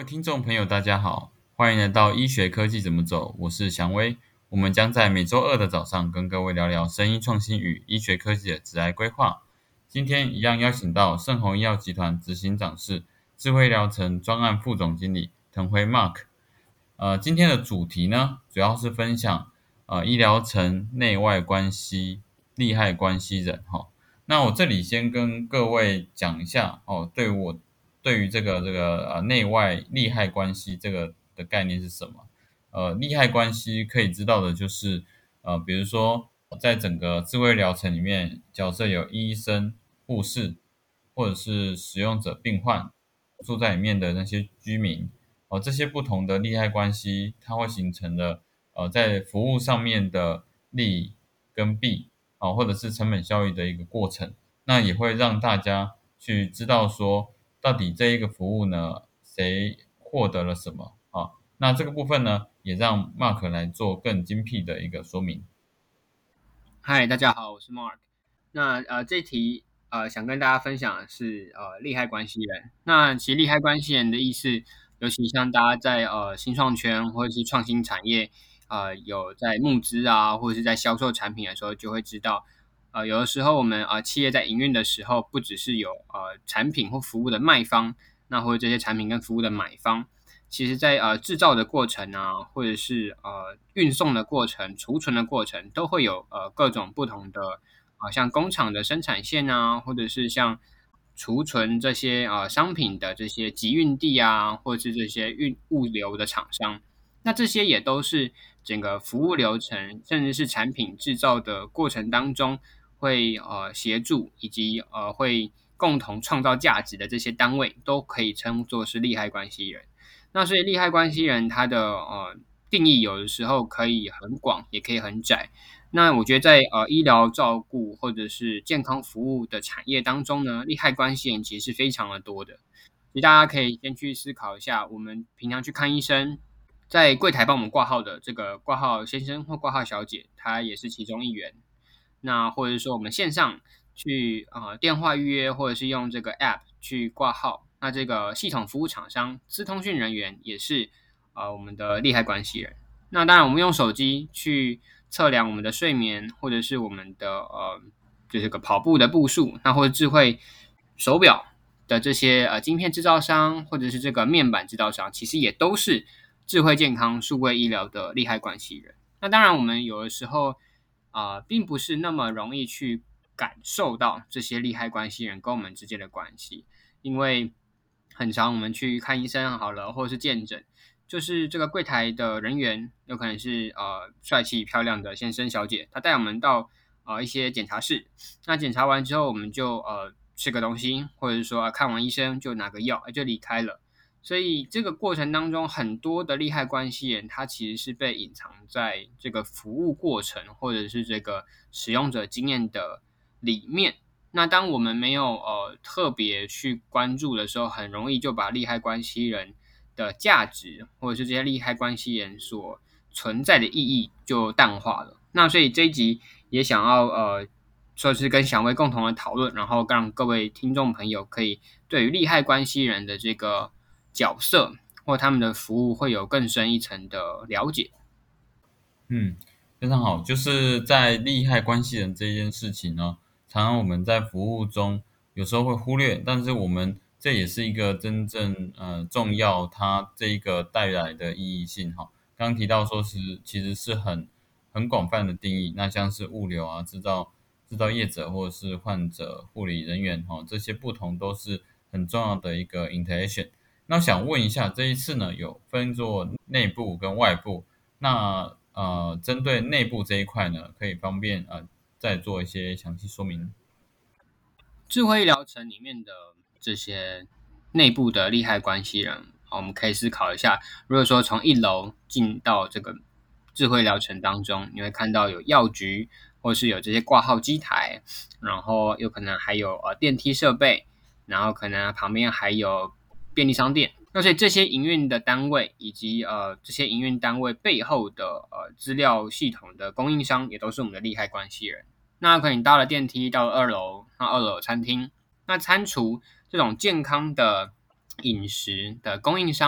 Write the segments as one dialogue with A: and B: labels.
A: 听众朋友，大家好，欢迎来到医学科技怎么走，我是祥威。我们将在每周二的早上跟各位聊聊生医创新与医学科技的职涯规划。今天一样邀请到盛虹医药集团执行长室智慧医疗城专案副总经理滕辉 Mark。今天的主题呢，主要是分享医疗城内外关系利害关系人哈。那我这里先跟各位讲一下哦，对于这个内外利害关系这个的概念是什么？利害关系可以知道的就是比如说在整个智慧疗程里面，角色有医生、护士，或者是使用者、病患，住在里面的那些居民这些不同的利害关系，它会形成了在服务上面的利跟弊或者是成本效益的一个过程。那也会让大家去知道说，到底这一个服务呢，谁获得了什么啊？那这个部分呢，也让 Mark 来做更精辟的一个说明。
B: 嗨，大家好，我是 Mark。那这题想跟大家分享的是利害关系人。那其实利害关系人的意思，尤其像大家在新创圈或者是创新产业有在募资或者是在销售产品的时候，就会知道有的时候我们企业在营运的时候，不只是有产品或服务的卖方，那或者这些产品跟服务的买方。其实在制造的过程或者是运送的过程、储存的过程，都会有各种不同的像工厂的生产线或者是像储存这些商品的这些集运地或者是这些物流的厂商。那这些也都是整个服务流程，甚至是产品制造的过程当中会协助以及会共同创造价值的这些单位，都可以称作是利害关系人。那所以利害关系人他的定义有的时候可以很广，也可以很窄。那我觉得在医疗照顾或者是健康服务的产业当中呢，利害关系人其实是非常的多的。其实大家可以先去思考一下，我们平常去看医生，在柜台帮我们挂号的这个挂号先生或挂号小姐，他也是其中一员。那或者是说我们线上去电话预约，或者是用这个 App 去挂号，那这个系统服务厂商资通讯人员也是我们的利害关系人。那当然，我们用手机去测量我们的睡眠，或者是我们的就这个跑步的步数，那或者智慧手表的这些晶片制造商，或者是这个面板制造商，其实也都是智慧健康、数位医疗的利害关系人。那当然，我们有的时候并不是那么容易去感受到这些利害关系人跟我们之间的关系，因为很常我们去看医生好了，或者是见诊，就是这个柜台的人员有可能是帅气漂亮的先生小姐，他带我们到一些检查室，那检查完之后我们就吃个东西，或者是说看完医生就拿个药就离开了。所以这个过程当中，很多的利害关系人，它其实是被隐藏在这个服务过程或者是这个使用者经验的里面。那当我们没有特别去关注的时候，很容易就把利害关系人的价值，或者是这些利害关系人所存在的意义就淡化了。那所以这一集也想要说是跟祥威共同的讨论，然后让各位听众朋友可以对于利害关系人的这个角色或他们的服务会有更深一层的了解。
A: 嗯，非常好。就是在利害关系人这件事情呢，常常我们在服务中有时候会忽略，但是我们这也是一个真正重要它这一个带来的意义性哈。刚刚提到说其实是很广泛的定义，那像是物流制造业者或者是患者护理人员这些不同都是很重要的一个 interaction。那我想问一下，这一次呢有分作内部跟外部，那针对内部这一块呢，可以方便再做一些详细说明。
B: 智慧医疗城里面的这些内部的利害关系人，我们可以思考一下，如果说从一楼进到这个智慧疗程当中，你会看到有药局，或是有这些挂号机台，然后有可能还有电梯设备，然后可能旁边还有便利商店。那所以这些营运的单位以及这些营运单位背后的资料系统的供应商，也都是我们的利害关系人。那可能你搭了电梯到了二楼，那二楼有餐厅，那餐厨这种健康的饮食的供应商，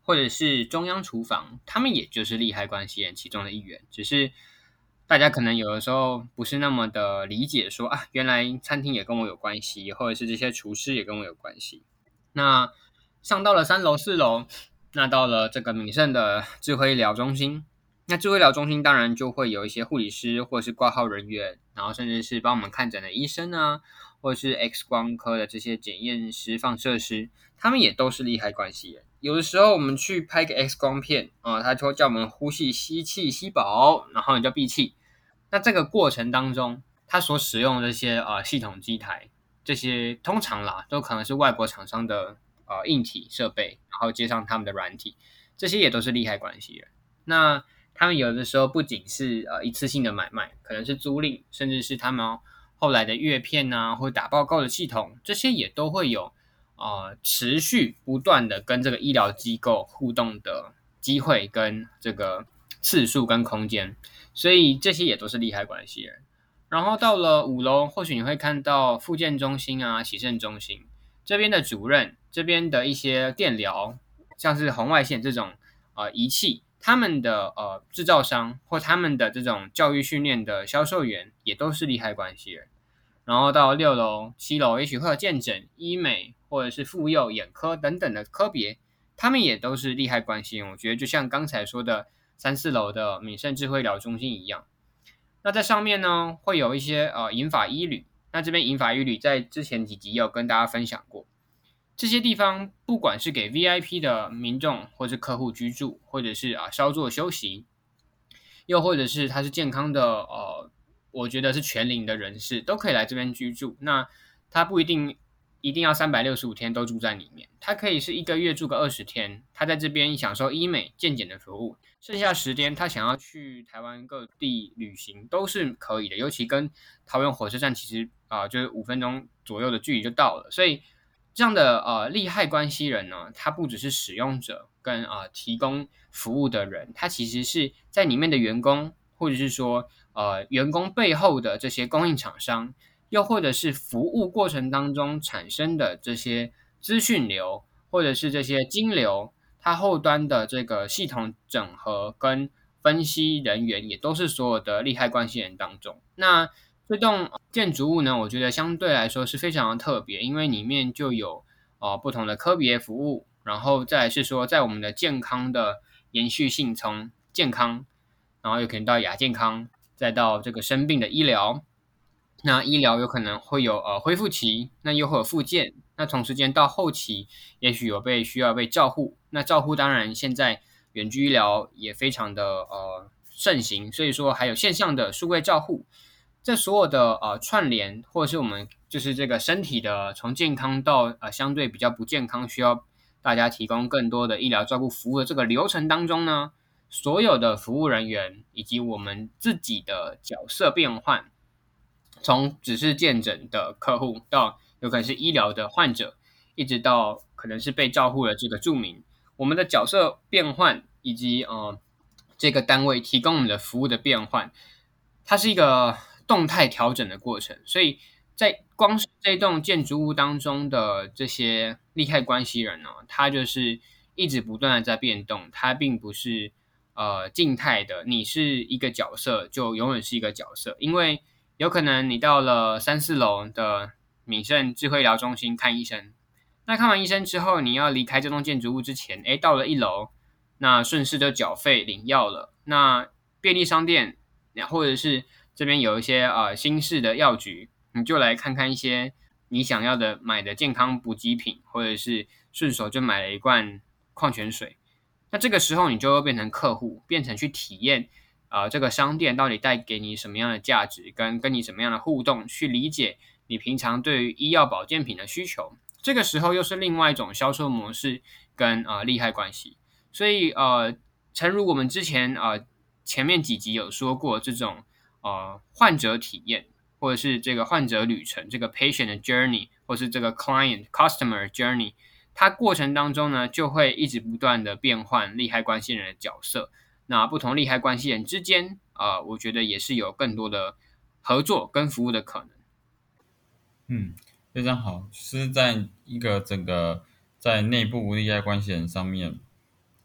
B: 或者是中央厨房，他们也就是利害关系人其中的一员，只是大家可能有的时候不是那么的理解说啊，原来餐厅也跟我有关系，或者是这些厨师也跟我有关系。那上到了3楼、4楼，那到了这个敏盛的智慧医疗中心，那智慧医疗中心当然就会有一些护理师或者是挂号人员，然后甚至是帮我们看诊的医生啊，或者是 X 光科的这些检验师、放射师，他们也都是利害关系人。有的时候我们去拍个 X 光片啊，他就会叫我们呼气、吸气、吸饱，然后你就闭气。那这个过程当中，他所使用的这些系统机台，这些通常啦都可能是外国厂商的硬体设备，然后接上他们的软体，这些也都是利害关系人。那他们有的时候不仅是一次性的买卖，可能是租赁，甚至是他们后来的阅片啊，或打报告的系统，这些也都会有持续不断的跟这个医疗机构互动的机会跟这个次数跟空间，所以这些也都是利害关系人。然后到了5楼，或许你会看到复健中心啊、洗肾中心这边的主任，这边的一些电疗，像是红外线这种仪器，他们的制造商或他们的这种教育训练的销售员，也都是利害关系人。然后到6楼、7楼，也许会有健诊、医美或者是妇幼、眼科等等的科别，他们也都是利害关系人。我觉得就像刚才说的3、4楼的敏盛智慧疗中心一样。那在上面呢，会有一些银发医旅。那这边银发医旅在之前几集也有跟大家分享过，这些地方不管是给 VIP 的民众或是客户居住，或者是稍作休息，又或者是他是健康的我觉得是全龄的人士都可以来这边居住。那他不一定要365天都住在里面，他可以是1个月住个20天，他在这边享受医美健检的服务，剩下时间他想要去台湾各地旅行都是可以的。尤其跟桃园火车站其实就是5分钟左右的距离就到了，所以这样的利害关系人呢，他不只是使用者跟提供服务的人，他其实是在里面的员工，或者是说员工背后的这些供应厂商，又或者是服务过程当中产生的这些资讯流，或者是这些金流，它后端的这个系统整合跟分析人员，也都是所有的利害关系人当中。那这栋建筑物呢，我觉得相对来说是非常的特别，因为里面就有不同的科别服务，然后再来是说，在我们的健康的延续性，从健康，然后有可能到亚健康，再到这个生病的医疗。那医疗有可能会有恢复期，那又会有复健，那同时间到后期，也许有需要被照护。那照护当然现在远距医疗也非常的盛行，所以说还有线上的数位照护。这所有的串联，或者是我们就是这个身体的从健康到相对比较不健康，需要大家提供更多的医疗照顾服务的这个流程当中呢，所有的服务人员以及我们自己的角色变换，从只是见诊的客户到有可能是医疗的患者，一直到可能是被照护的这个住民，我们的角色变换以及这个单位提供我们的服务的变换，它是一个动态调整的过程。所以在光是这栋建筑物当中的这些利害关系人呢，他就是一直不断的在变动，它并不是静态的，你是一个角色就永远是一个角色，因为有可能你到了3、4楼的敏盛智慧疗中心看医生，那看完医生之后，你要离开这栋建筑物之前，到了1楼，那顺势就缴费领药了。那便利商店，或者是这边有一些新式的药局，你就来看看一些你想要的买的健康补给品，或者是顺手就买了一罐矿泉水。那这个时候你就会变成客户，变成去体验这个商店到底带给你什么样的价值，跟你什么样的互动，去理解你平常对于医药保健品的需求。这个时候又是另外一种销售模式跟利害关系。所以诚如我们之前前面几集有说过，这种患者体验，或者是这个患者旅程，这个 patient journey， 或是这个 client customer journey，它过程当中呢，就会一直不断的变换利害关系人的角色。那不同利害关系人之间，我觉得也是有更多的合作跟服务的可能。
A: 嗯，非常好，是在一个整个在内部利害关系人上面，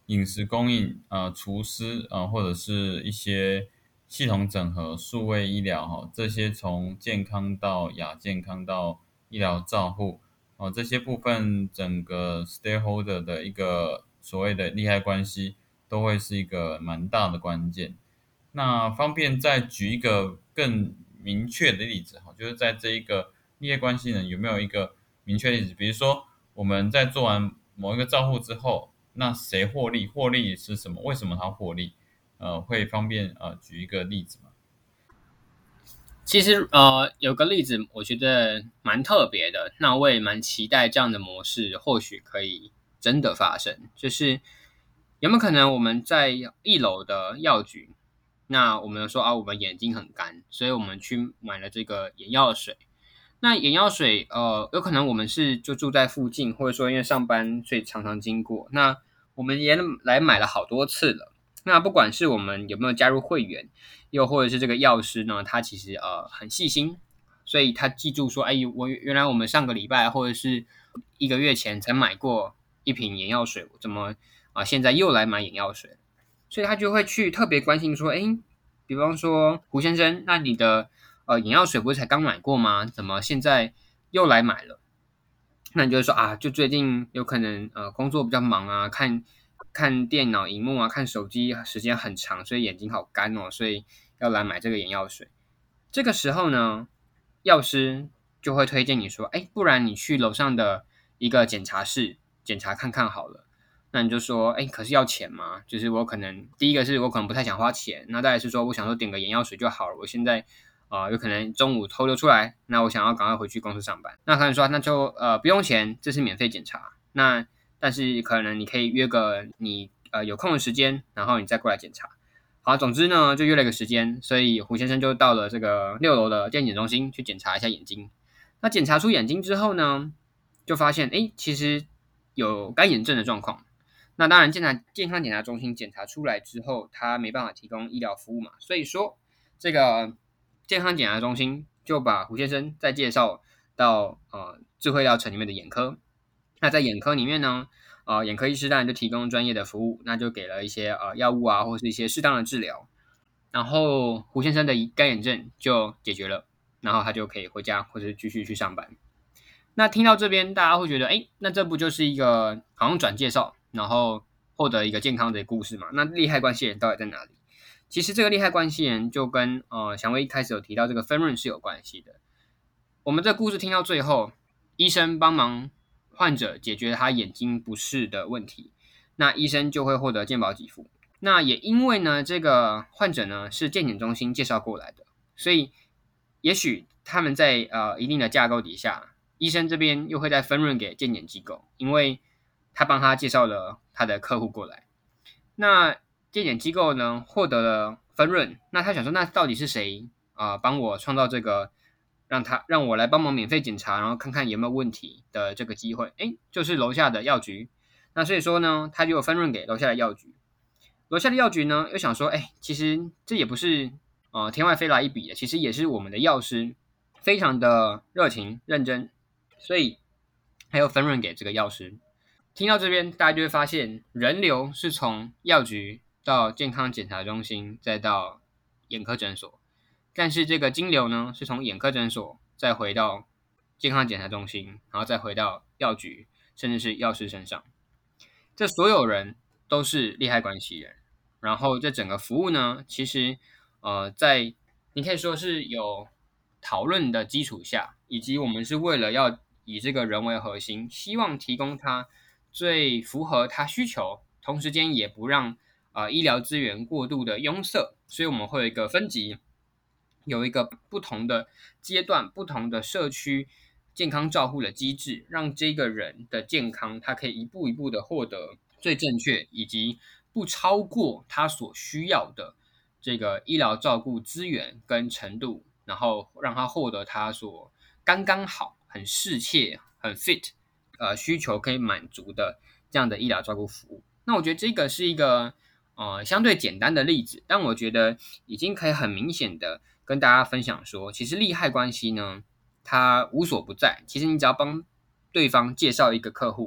A: 饮食供应、厨师或者是一些系统整合、数位医疗这些从健康到亚健康到医疗照护这些部分整个 stakeholder 的一个所谓的利害关系，都会是一个蛮大的关键。那方便再举一个更明确的例子就是在这一个利害关系人有没有一个明确例子？比如说我们在做完某一个照护之后，那谁获利？获利是什么？为什么他获利？会方便举一个例子吗？
B: 其实有个例子我觉得蛮特别的，那我也蛮期待这样的模式或许可以真的发生。就是有没有可能我们在1楼的药局，那我们说我们眼睛很干，所以我们去买了这个眼药水。那眼药水有可能我们是就住在附近，或者说因为上班所以常常经过，那我们也来买了好多次了。那不管是我们有没有加入会员，又或者是这个药师呢，他其实很细心，所以他记住说，原来我们上个礼拜或者是1个月前才买过一瓶眼药水，怎么现在又来买眼药水？所以他就会去特别关心说，比方说胡先生，那你的眼药水不是才刚买过吗？怎么现在又来买了？那你就会说就最近有可能工作比较忙啊，看电脑荧幕啊，看手机时间很长，所以眼睛好干哦，所以要来买这个眼药水。这个时候呢，药师就会推荐你说，不然你去楼上的一个检查室检查看看好了。那你就说，可是要钱吗？就是我可能第一个是我可能不太想花钱，那再来是说我想说点个眼药水就好了，我现在有可能中午偷溜出来，那我想要赶快回去公司上班。那可能说那就不用钱，这是免费检查。那但是可能你可以约个你有空的时间，然后你再过来检查。好，总之呢就约了一个时间，所以胡先生就到了这个6楼的健检中心去检查一下眼睛。那检查出眼睛之后呢，就发现其实有干眼症的状况。那当然健康检查中心检查出来之后，他没办法提供医疗服务嘛，所以说这个健康检查中心就把胡先生再介绍到智慧疗程里面的眼科。那在眼科里面呢，眼科医师当然就提供专业的服务，那就给了一些药物或是一些适当的治疗，然后胡先生的干眼症就解决了，然后他就可以回家或者继续去上班。那听到这边，大家会觉得，那这不就是一个好像转介绍，然后获得一个健康的故事嘛？那利害关系人到底在哪里？其实这个利害关系人就跟祥威一开始有提到这个分润是有关系的。我们这个故事听到最后，医生帮忙患者解决他眼睛不适的问题，那医生就会获得健保给付。那也因为呢，这个患者呢是健检中心介绍过来的，所以也许他们在一定的架构底下，医生这边又会再分润给健检机构，因为他帮他介绍了他的客户过来。那健检机构呢获得了分润，那他想说，那到底是谁帮我创造这个让我来帮忙免费检查，然后看看有没有问题的这个机会？就是楼下的药局。那所以说呢，他就有分润给楼下的药局。楼下的药局呢又想说，其实这也不是天外飞来一笔的，其实也是我们的药师非常的热情认真，所以还有分润给这个药师。听到这边，大家就会发现人流是从药局到健康检查中心，再到眼科诊所，但是这个金流呢是从眼科诊所再回到健康检查中心，然后再回到药局，甚至是药师身上。这所有人都是利害关系人，然后这整个服务呢，其实在你可以说是有讨论的基础下，以及我们是为了要以这个人为核心，希望提供他最符合他需求，同时间也不让医疗资源过度的拥塞，所以我们会有一个分级，有一个不同的阶段、不同的社区健康照护的机制，让这个人的健康他可以一步一步的获得最正确以及不超过他所需要的这个医疗照顾资源跟程度，然后让他获得他所刚刚好、很适切、很 fit 需求可以满足的这样的医疗照顾服务。那我觉得这个是一个相对简单的例子，但我觉得已经可以很明显的跟大家分享说，其实利害关系呢，它无所不在。其实你只要帮对方介绍一个客户，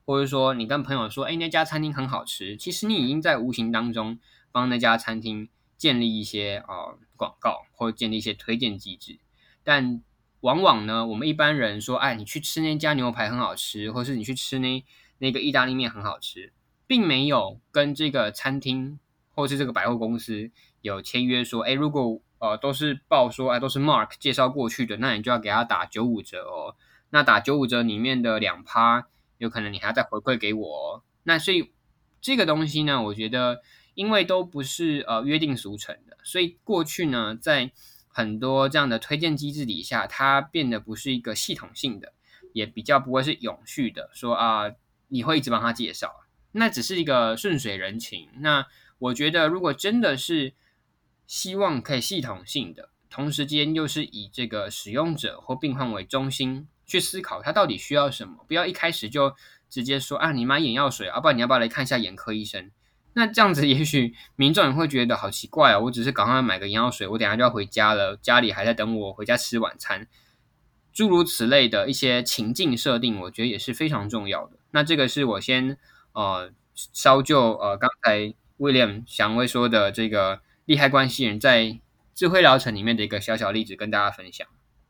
B: 或者说你跟朋友说，那家餐厅很好吃，其实你已经在无形当中帮那家餐厅建立一些广告，或者建立一些推荐机制。但往往呢，我们一般人说，你去吃那家牛排很好吃，或是你去吃那个意大利面很好吃，并没有跟这个餐厅或是这个百货公司有签约说，如果都是报说，都是 Mark 介绍过去的，那你就要给他打95折哦。那打95折里面的2%，有可能你还要再回馈给我哦。那所以这个东西呢，我觉得因为都不是约定俗成的，所以过去呢，在很多这样的推荐机制底下，它变得不是一个系统性的，也比较不会是永续的，说你会一直帮他介绍，那只是一个顺水人情。那我觉得如果真的是希望可以系统性的，同时间又是以这个使用者或病患为中心去思考他到底需要什么，不要一开始就直接说你买眼药水，不然你要不要来看一下眼科医生？那这样子也许民众也会觉得好奇怪我只是赶快买个眼药水，我等一下就要回家了，家里还在等我回家吃晚餐。诸如此类的一些情境设定，我觉得也是非常重要的。那这个是我先稍就刚才 William 祥威说的这个利害关系人在智慧疗程里面的一个小小例子跟大家分享。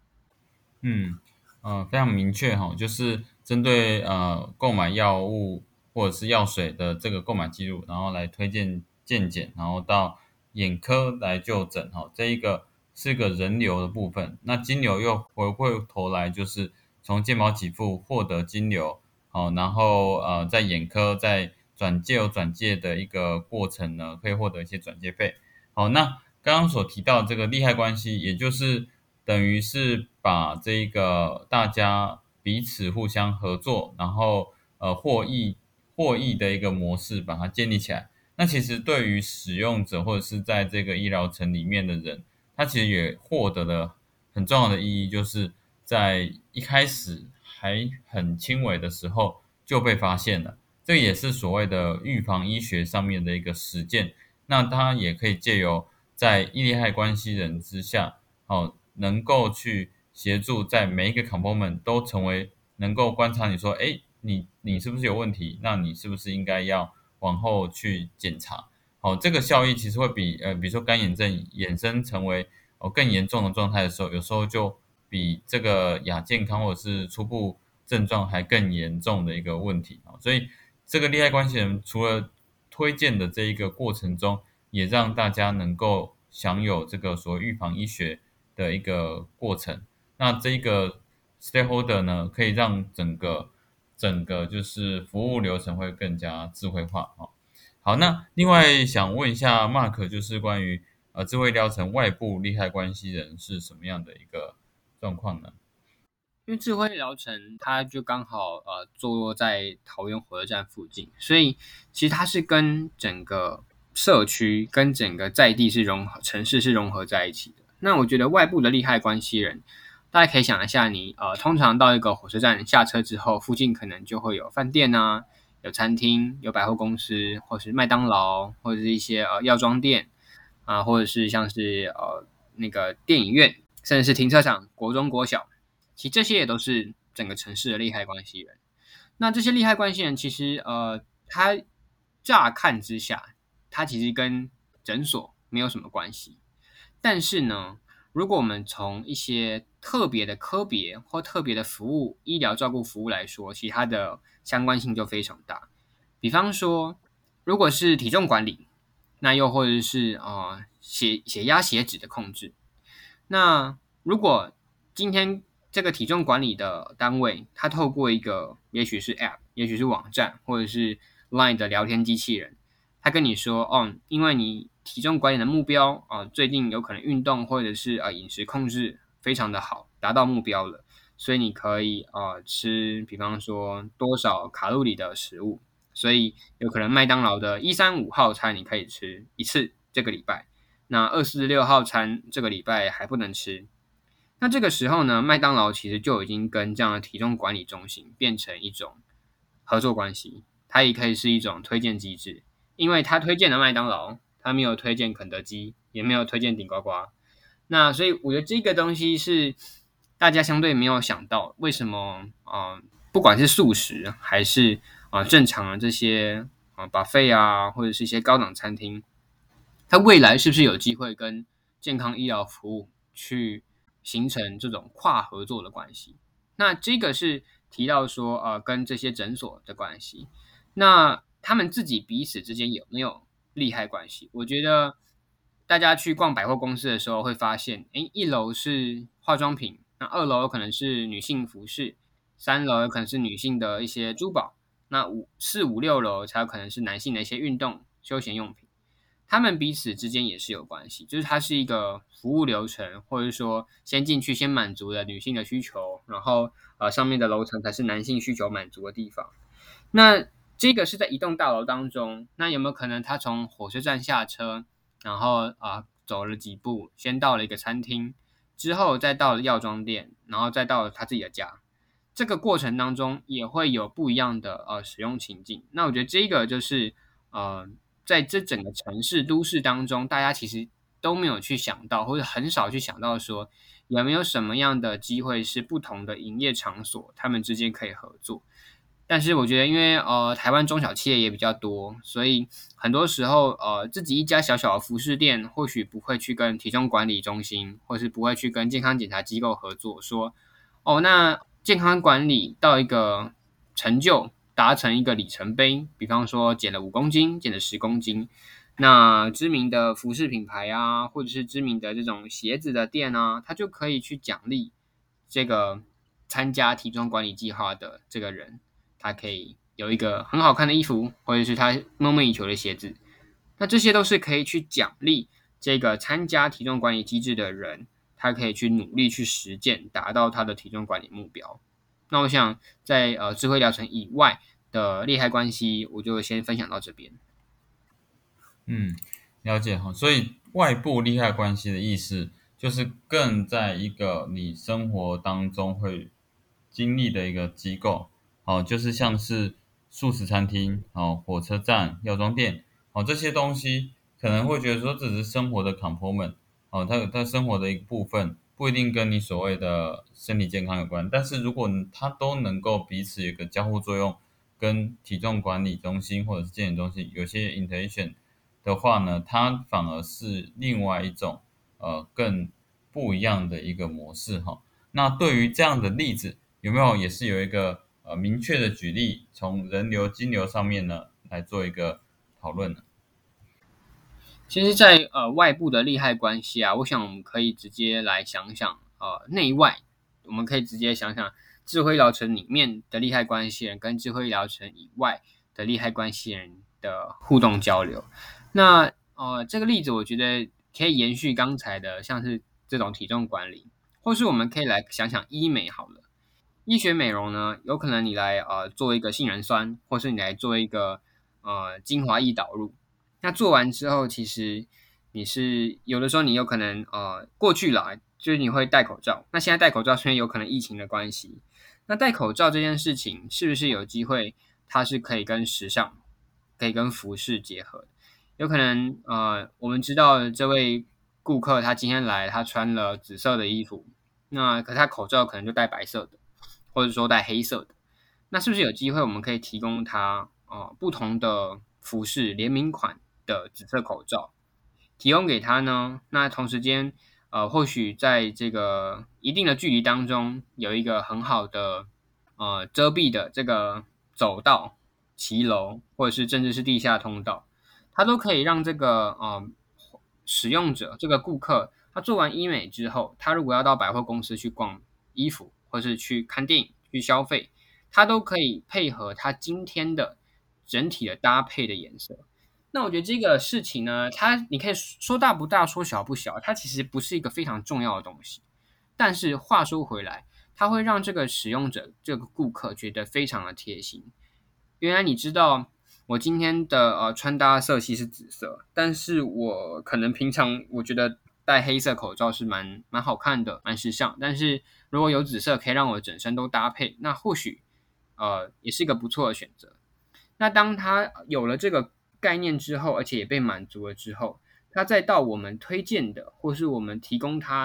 A: 非常明确就是针对购买药物或者是药水的这个购买记录，然后来推荐健检，然后到眼科来就诊这一个是个人流的部分。那金流又回过头来就是从健保给付获得金流，然后在眼科在转介的一个过程呢，可以获得一些转介费。那刚刚所提到这个利害关系，也就是等于是把这个大家彼此互相合作，然后获益的一个模式把它建立起来。那其实对于使用者或者是在这个医疗城里面的人，他其实也获得了很重要的意义，就是在一开始还很轻微的时候就被发现了。这也是所谓的预防医学上面的一个实践。那它也可以借由在利害关系人之下，能够去协助在每一个 component 都成为能够观察你说，你是不是有问题？那你是不是应该要往后去检查？这个效益其实会比比如说干眼症衍生成为更严重的状态的时候，有时候就比这个亚健康或者是初步症状还更严重的一个问题。所以这个利害关系人除了推荐的这一个过程中，也让大家能够享有这个所谓预防医学的一个过程。那这个 stakeholder 呢，可以让整个就是服务流程会更加智慧化。好，那另外想问一下 Mark， 就是关于智慧疗程外部利害关系人是什么样的一个状况呢？
B: 因为智慧疗程它就刚好坐落在桃园火车站附近，所以其实它是跟整个社区跟整个在地城市是融合在一起的。那我觉得外部的利害关系人，大家可以想一下你，通常到一个火车站下车之后，附近可能就会有饭店啊，有餐厅，有百货公司，或是麦当劳，或者是一些药妆店或者是像是那个电影院，甚至是停车场、国中、国小。其实这些也都是整个城市的利害关系人。那这些利害关系人，其实他乍看之下，他其实跟诊所没有什么关系。但是呢，如果我们从一些特别的科别或特别的服务、医疗照顾服务来说，其实它的相关性就非常大。比方说，如果是体重管理，那又或者是血压、血脂的控制，那如果今天这个体重管理的单位，它透过一个也许是 App， 也许是网站，或者是 Line 的聊天机器人，他跟你说，因为你体重管理的目标最近有可能运动或者是饮食控制非常的好，达到目标了，所以你可以吃，比方说多少卡路里的食物，所以有可能麦当劳的135号餐你可以吃一次这个礼拜。那246号餐这个礼拜还不能吃。那这个时候呢，麦当劳其实就已经跟这样的体重管理中心变成一种合作关系，它也可以是一种推荐机制，因为他推荐了麦当劳，他没有推荐肯德基，也没有推荐顶呱呱。那所以我觉得这个东西是大家相对没有想到，为什么不管是素食还是正常的这些buffet 啊，或者是一些高档餐厅，它未来是不是有机会跟健康医疗服务去形成这种跨合作的关系？那这个是提到说，跟这些诊所的关系，那他们自己彼此之间有没有利害关系？我觉得大家去逛百货公司的时候会发现，诶，一楼是化妆品，那二楼可能是女性服饰，三楼有可能是女性的一些珠宝，那四五六楼才有可能是男性的一些运动休闲用品。他们彼此之间也是有关系，就是它是一个服务流程，或者说先进去先满足了女性的需求，然后上面的楼层才是男性需求满足的地方。那这个是在一栋大楼当中，那有没有可能他从火车站下车，然后走了几步，先到了一个餐厅，之后再到了药妆店，然后再到了他自己的家。这个过程当中也会有不一样的使用情境。那我觉得这个就是呃在这整个城市都市当中，大家其实都没有去想到，或者很少去想到说有没有什么样的机会是不同的营业场所他们之间可以合作。但是我觉得，因为台湾中小企业也比较多，所以很多时候自己一家小小的服饰店，或许不会去跟体重管理中心，或是不会去跟健康检查机构合作，说那健康管理到一个成就，达成一个里程碑，比方说减了5公斤，减了10公斤，那知名的服饰品牌啊，或者是知名的这种鞋子的店啊，它就可以去奖励这个参加体重管理计划的这个人。他可以有一个很好看的衣服，或者是他梦寐以求的鞋子，那这些都是可以去奖励这个参加体重管理机制的人，他可以去努力去实践，达到他的体重管理目标。那我想在智慧疗程以外的利害关系，我就先分享到这边。
A: 嗯，了解哈。所以外部利害关系的意思，就是更在一个你生活当中会经历的一个机构，就是像是素食餐厅，火车站、药妆店，这些东西可能会觉得说这只是生活的 component，它生活的一个部分，不一定跟你所谓的身体健康有关。但是如果它都能够彼此有一个交互作用，跟体重管理中心或者是健检中心有些 interaction 的话呢，它反而是另外一种更不一样的一个模式哈。那对于这样的例子，有没有也是有一个明确的举例，从人流、金流上面呢来做一个讨论呢？
B: 其实在，外部的利害关系啊，我想我们可以直接来想想内外，我们可以直接想想智慧医疗城里面的利害关系人跟智慧医疗城以外的利害关系人的互动交流。那这个例子我觉得可以延续刚才的，像是这种体重管理，或是我们可以来想想医美好了。医学美容呢，有可能你来做一个杏仁酸，或是你来做一个精华液导入。那做完之后，其实你是有的时候你有可能过去了，就是你会戴口罩。那现在戴口罩，虽然有可能疫情的关系，那戴口罩这件事情是不是有机会，它是可以跟时尚、可以跟服饰结合的？有可能我们知道这位顾客他今天来，他穿了紫色的衣服，那可他口罩可能就戴白色的。或者说戴黑色的，那是不是有机会我们可以提供他不同的服饰联名款的紫色口罩，提供给他呢？那同时间或许在这个一定的距离当中，有一个很好的遮蔽的这个走道、骑楼，或者是甚至是地下通道，它都可以让这个使用者这个顾客，他做完医美之后，他如果要到百货公司去逛衣服，或是去看电影、去消费，他都可以配合他今天的整体的搭配的颜色。那我觉得这个事情呢，它你可以说大不大，说小不小，它其实不是一个非常重要的东西。但是话说回来，它会让这个使用者、这个顾客觉得非常的贴心。原来你知道我今天的穿搭色系是紫色，但是我可能平常我觉得戴黑色口罩是蛮好看的，蛮时尚。但是如果有紫色可以让我整身都搭配，那或许也是一个不错的选择。那当他有了这个概念之后，而且也被满足了之后，他再到我们推荐的或是我们提供他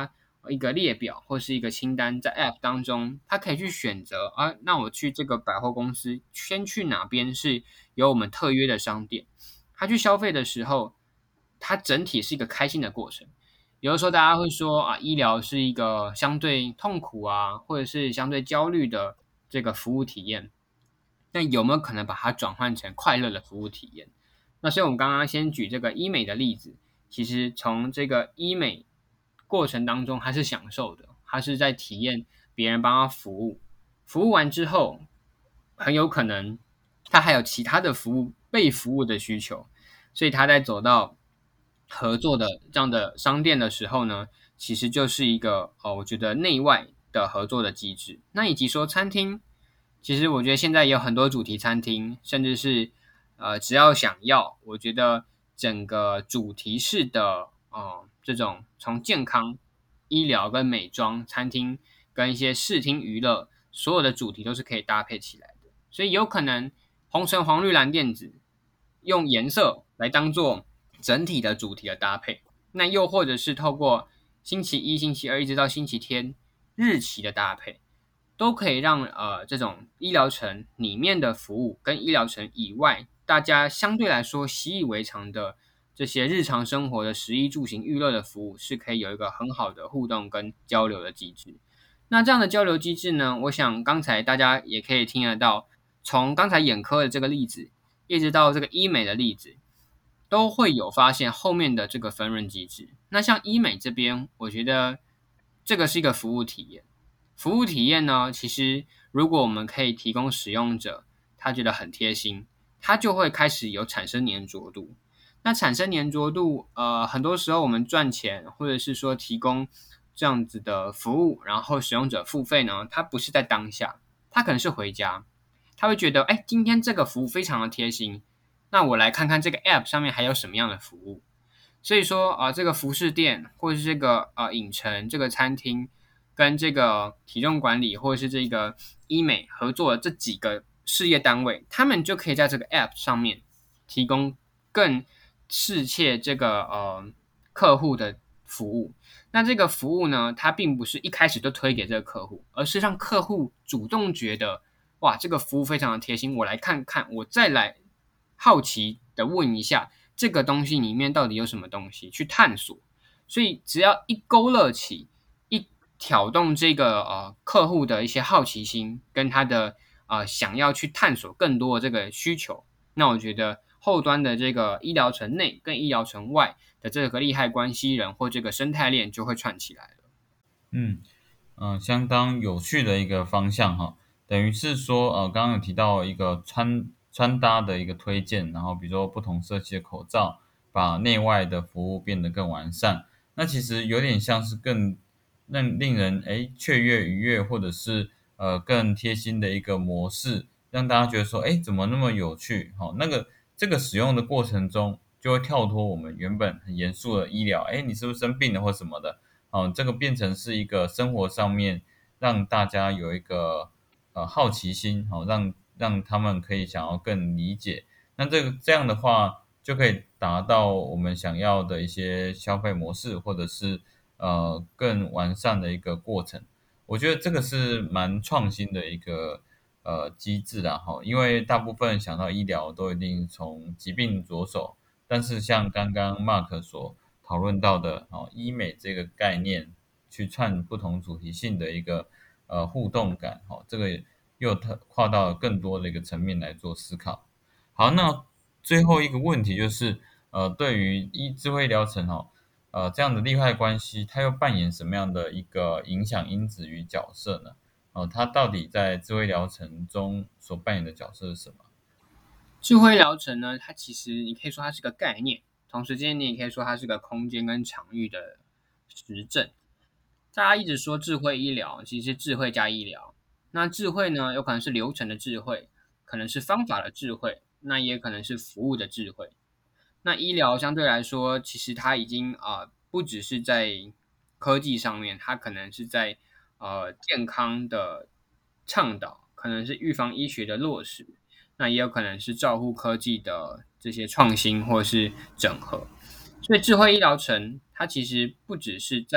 B: 一个列表或是一个清单在 App 当中，他可以去选择那我去这个百货公司，先去哪边是有我们特约的商店，他去消费的时候，他整体是一个开心的过程。有的时候大家会说医疗是一个相对痛苦或者是相对焦虑的这个服务体验，那有没有可能把它转换成快乐的服务体验？那所以我们刚刚先举这个医美的例子，其实从这个医美过程当中，他是享受的，他是在体验别人帮他服务，服务完之后，很有可能他还有其他的服务被服务的需求，所以他在走到合作的这样的商店的时候呢，其实就是一个我觉得内外的合作的机制。那以及说餐厅，其实我觉得现在也有很多主题餐厅，甚至是只要想要，我觉得整个主题式的这种从健康、医疗跟美妆、餐厅跟一些视听娱乐，所有的主题都是可以搭配起来的。所以有可能红橙黄绿蓝靛紫用颜色来当做整体的主题的搭配，那又或者是透过星期一、星期二一直到星期天日期的搭配，都可以让这种医疗城里面的服务跟医疗城以外，大家相对来说习以为常的这些日常生活的食衣住行娱乐的服务，是可以有一个很好的互动跟交流的机制。那这样的交流机制呢，我想刚才大家也可以听得到，从刚才眼科的这个例子，一直到这个医美的例子，都会有发现后面的这个分润机制。那像医美这边，我觉得这个是一个服务体验。服务体验呢，其实如果我们可以提供使用者，他觉得很贴心，他就会开始有产生粘着度。那产生粘着度，很多时候我们赚钱，或者是说提供这样子的服务，然后使用者付费呢，他不是在当下，他可能是回家，他会觉得，今天这个服务非常的贴心，那我来看看这个 App 上面还有什么样的服务。所以说这个服饰店或者是这个影城这个餐厅跟这个体重管理或者是这个医美合作的这几个事业单位，他们就可以在这个 App 上面提供更适切这个客户的服务。那这个服务呢，它并不是一开始就推给这个客户，而是让客户主动觉得哇，这个服务非常的贴心，我来看看，我再来好奇的问一下这个东西里面到底有什么东西，去探索。所以只要一勾勒起，一挑动这个客户的一些好奇心，跟他的想要去探索更多的这个需求，那我觉得后端的这个医疗城内跟医疗城外的这个利害关系人或这个生态链就会串起来了。
A: 嗯相当有趣的一个方向哈，等于是说刚刚有提到一个穿搭的一个推荐，然后比如说不同色系的口罩，把内外的服务变得更完善。那其实有点像是更令人雀跃愉悦，或者是更贴心的一个模式，让大家觉得说怎么那么有趣？这个使用的过程中就会跳脱我们原本很严肃的医疗，你是不是生病了或什么的？这个变成是一个生活上面让大家有一个好奇心，让他们可以想要更理解。那这样的话，就可以达到我们想要的一些消费模式，或者是更完善的一个过程。我觉得这个是蛮创新的一个机制啦，因为大部分想到医疗都一定从疾病着手，但是像刚刚 Mark 所讨论到的医美这个概念，去串不同主题性的一个互动感，这个又跨到了更多的一个层面来做思考。好，那最后一个问题就是，对于智慧医疗城这样的利害关系，它又扮演什么样的一个影响因子与角色呢？它到底在智慧疗程中所扮演的角色是什么？
B: 智慧疗程呢，它其实你可以说它是个概念，同时间你也可以说它是个空间跟场域的实证。大家一直说智慧医疗，其实是智慧加医疗。那智慧呢，有可能是流程的智慧，可能是方法的智慧，那也可能是服务的智慧。那医疗相对来说，其实它已经不只是在科技上面，它可能是在健康的倡导，可能是预防医学的落实，那也有可能是照护科技的这些创新或是整合。所以智慧医疗城，它其实不只是在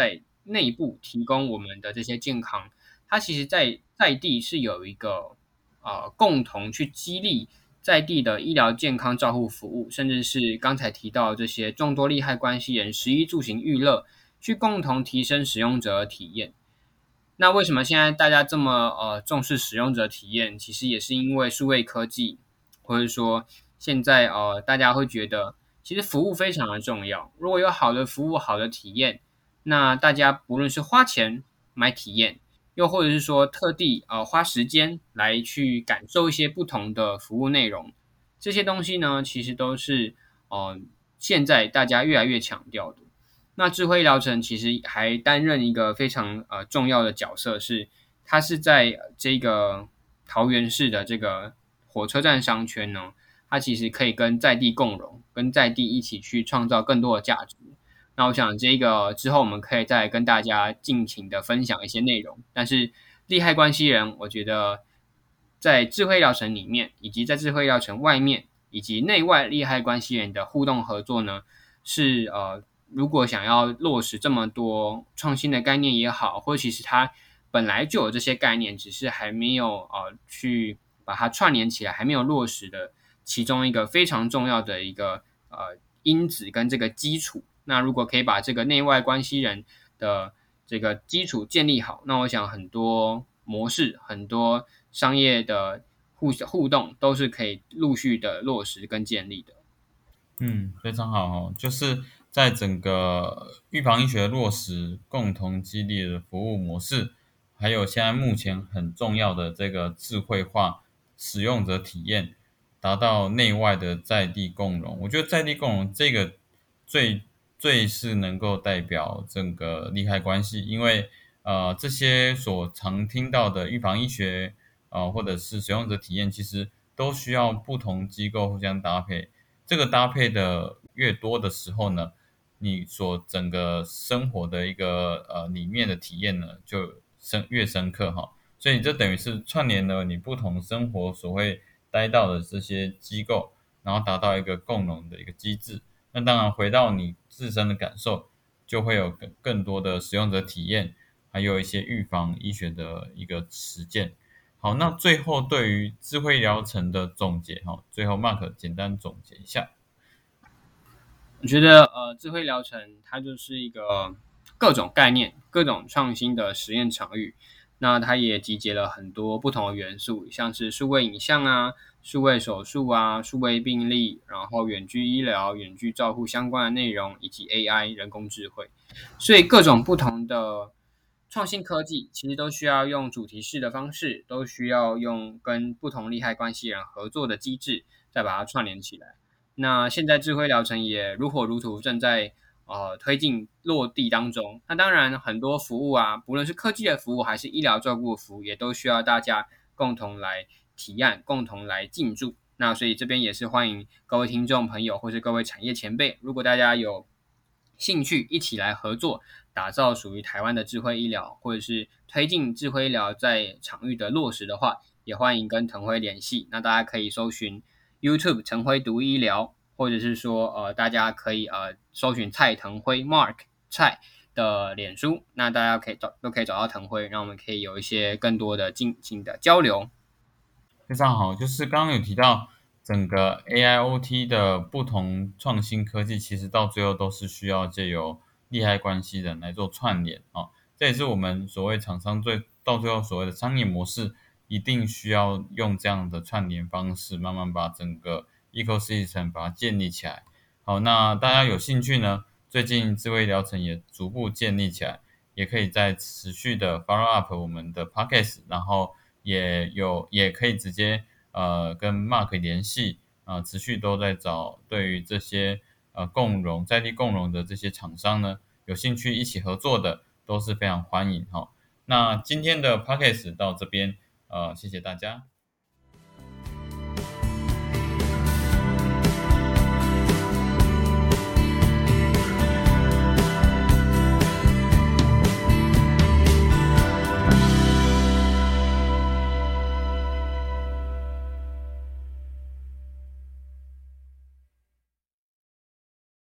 B: 内部提供我们的这些健康，它其实在地是有一个共同去激励在地的医疗健康照护服务，甚至是刚才提到这些众多利害关系人食衣住行娱乐，去共同提升使用者的体验。那为什么现在大家这么重视使用者体验？其实也是因为数位科技，或者说现在大家会觉得其实服务非常的重要。如果有好的服务、好的体验，那大家不论是花钱买体验，又或者是说特地花时间来去感受一些不同的服务内容，这些东西呢，其实都是现在大家越来越强调的。那智慧医疗城其实还担任一个非常重要的角色是，它是在这个桃园市的这个火车站商圈呢，它其实可以跟在地共荣，跟在地一起去创造更多的价值。那我想这个之后我们可以再跟大家尽情的分享一些内容。但是利害关系人，我觉得在智慧医疗城里面，以及在智慧医疗城外面，以及内外利害关系人的互动合作呢，是如果想要落实这么多创新的概念也好，或者其实它本来就有这些概念，只是还没有去把它串联起来，还没有落实的其中一个非常重要的一个因子跟这个基础。那如果可以把这个内外关系人的这个基础建立好，那我想很多模式、很多商业的互动都是可以陆续的落实跟建立的。
A: 非常好哦，就是在整个预防医学落实、共同激励的服务模式，还有现在目前很重要的这个智慧化使用者体验，达到内外的在地共融。我觉得在地共融这个最是能够代表整个利害关系，因为这些所常听到的预防医学或者是使用者体验，其实都需要不同机构互相搭配。这个搭配的越多的时候呢，你所整个生活的一个里面的体验呢，就越深刻哈。所以这等于是串联了你不同生活所会待到的这些机构，然后达到一个共融的一个机制。那当然回到你自身的感受，就会有更多的使用者体验，还有一些预防医学的一个实践。好，那最后对于智慧医疗城的总结，最后 Mark 简单总结一下。
B: 我觉得智慧疗程它就是一个各种概念、各种创新的实验场域。那它也集结了很多不同的元素，像是数位影像啊、数位手术啊、数位病历，然后远距医疗、远距照护相关的内容，以及 AI 人工智慧。所以各种不同的创新科技，其实都需要用主题式的方式，都需要用跟不同利害关系人合作的机制，再把它串联起来。那现在智慧疗程也如火如荼，正在推进落地当中。那当然，很多服务啊，不论是科技的服务还是医疗照顾的服务，也都需要大家共同来提案，共同来进驻。那所以这边也是欢迎各位听众朋友或是各位产业前辈，如果大家有兴趣一起来合作，打造属于台湾的智慧医疗，或者是推进智慧医疗在场域的落实的话，也欢迎跟腾辉联系。那大家可以搜寻 YouTube 腾辉读医疗，或者是说大家可以搜寻蔡腾辉 Mark 蔡的脸书，那大家都可以找到腾辉，让我们可以有一些更多的进行的交流。
A: 非常好，就是刚刚有提到整个 AIoT 的不同创新科技，其实到最后都是需要借由利害关系人来做串联啊，这也是我们所谓厂商到最后所谓的商业模式，一定需要用这样的串联方式，慢慢把整个 ecosystem 把它建立起来。好，那大家有兴趣呢，最近智慧疗程也逐步建立起来，也可以再持续的 follow up 我们的 podcast，然后也可以直接跟 Mark 联系持续都在找对于这些在地共融的这些厂商呢，有兴趣一起合作的都是非常欢迎哈。那今天的 podcast 到这边谢谢大家。